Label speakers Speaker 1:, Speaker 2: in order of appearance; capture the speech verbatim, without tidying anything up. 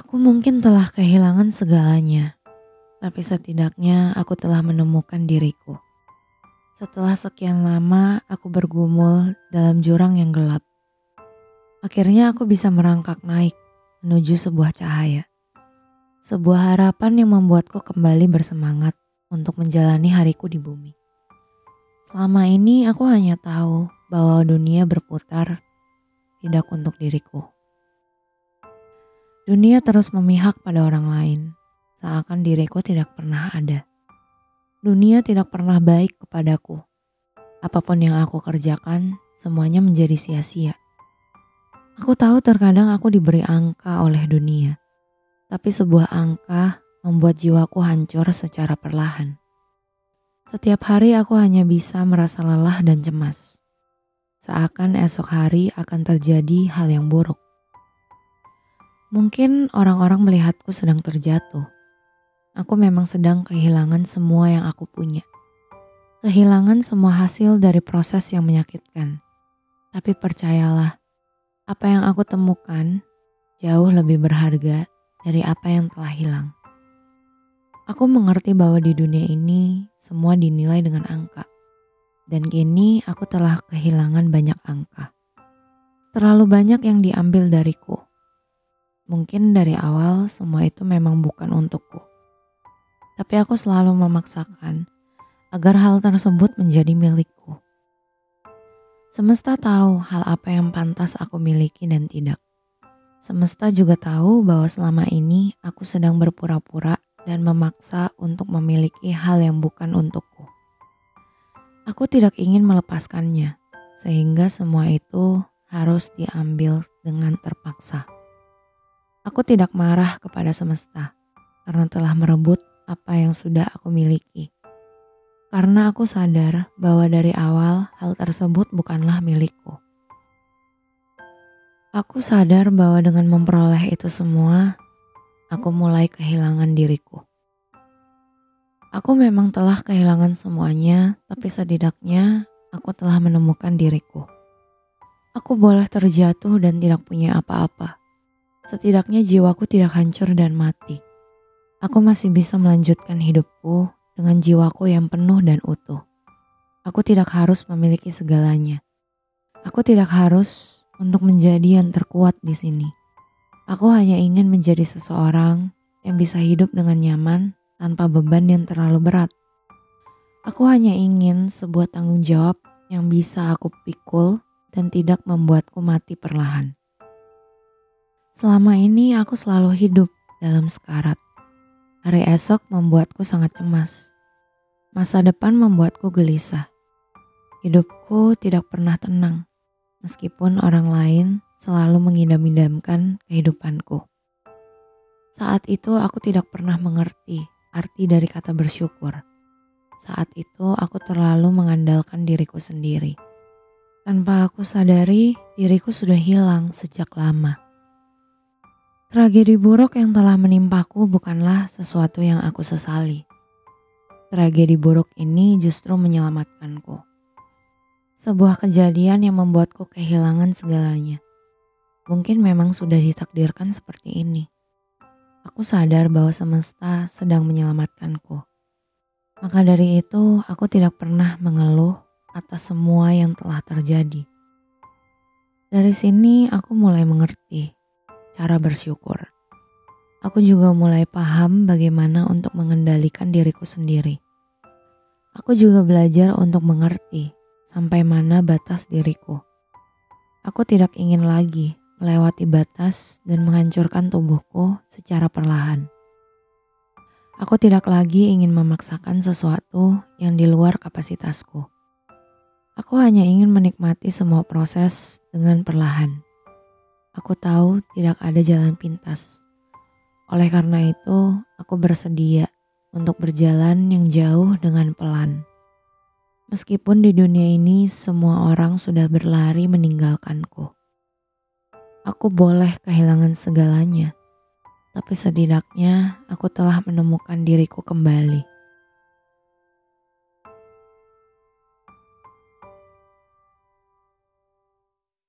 Speaker 1: Aku mungkin telah kehilangan segalanya, tapi setidaknya aku telah menemukan diriku. Setelah sekian lama aku bergumul dalam jurang yang gelap, akhirnya aku bisa merangkak naik menuju sebuah cahaya. Sebuah harapan yang membuatku kembali bersemangat untuk menjalani hariku di bumi. Selama ini aku hanya tahu bahwa dunia berputar, tidak untuk diriku. Dunia terus memihak pada orang lain, seakan diriku tidak pernah ada. Dunia tidak pernah baik kepadaku. Apapun yang aku kerjakan, semuanya menjadi sia-sia. Aku tahu terkadang aku diberi angka oleh dunia, tapi sebuah angka membuat jiwaku hancur secara perlahan. Setiap hari aku hanya bisa merasa lelah dan cemas, seakan esok hari akan terjadi hal yang buruk. Mungkin orang-orang melihatku sedang terjatuh. Aku memang sedang kehilangan semua yang aku punya. Kehilangan semua hasil dari proses yang menyakitkan. Tapi percayalah, apa yang aku temukan jauh lebih berharga dari apa yang telah hilang. Aku mengerti bahwa di dunia ini semua dinilai dengan angka. Dan kini aku telah kehilangan banyak angka. Terlalu banyak yang diambil dariku. Mungkin dari awal semua itu memang bukan untukku. Tapi aku selalu memaksakan agar hal tersebut menjadi milikku. Semesta tahu hal apa yang pantas aku miliki dan tidak. Semesta juga tahu bahwa selama ini aku sedang berpura-pura dan memaksa untuk memiliki hal yang bukan untukku. Aku tidak ingin melepaskannya, sehingga semua itu harus diambil dengan terpaksa. Aku tidak marah kepada semesta karena telah merebut apa yang sudah aku miliki. Karena aku sadar bahwa dari awal hal tersebut bukanlah milikku. Aku sadar bahwa dengan memperoleh itu semua, aku mulai kehilangan diriku. Aku memang telah kehilangan semuanya, tapi setidaknya aku telah menemukan diriku. Aku boleh terjatuh dan tidak punya apa-apa. Setidaknya jiwaku tidak hancur dan mati. Aku masih bisa melanjutkan hidupku dengan jiwaku yang penuh dan utuh. Aku tidak harus memiliki segalanya. Aku tidak harus untuk menjadi yang terkuat di sini. Aku hanya ingin menjadi seseorang yang bisa hidup dengan nyaman tanpa beban yang terlalu berat. Aku hanya ingin sebuah tanggung jawab yang bisa aku pikul dan tidak membuatku mati perlahan. Selama ini aku selalu hidup dalam sekarat. Hari esok membuatku sangat cemas. Masa depan membuatku gelisah. Hidupku tidak pernah tenang, meskipun orang lain selalu mengidam-idamkan kehidupanku. Saat itu aku tidak pernah mengerti arti dari kata bersyukur. Saat itu aku terlalu mengandalkan diriku sendiri. Tanpa aku sadari, diriku sudah hilang sejak lama. Tragedi buruk yang telah menimpaku bukanlah sesuatu yang aku sesali. Tragedi buruk ini justru menyelamatkanku. Sebuah kejadian yang membuatku kehilangan segalanya. Mungkin memang sudah ditakdirkan seperti ini. Aku sadar bahwa semesta sedang menyelamatkanku. Maka dari itu, aku tidak pernah mengeluh atas semua yang telah terjadi. Dari sini aku mulai mengerti cara bersyukur. Aku juga mulai paham bagaimana untuk mengendalikan diriku sendiri. Aku juga belajar untuk mengerti sampai mana batas diriku. Aku tidak ingin lagi melewati batas dan menghancurkan tubuhku secara perlahan. Aku tidak lagi ingin memaksakan sesuatu yang di luar kapasitasku. Aku hanya ingin menikmati semua proses dengan perlahan. Aku tahu tidak ada jalan pintas. Oleh karena itu, aku bersedia untuk berjalan yang jauh dengan pelan. Meskipun di dunia ini semua orang sudah berlari meninggalkanku. Aku boleh kehilangan segalanya, tapi setidaknya aku telah menemukan diriku kembali.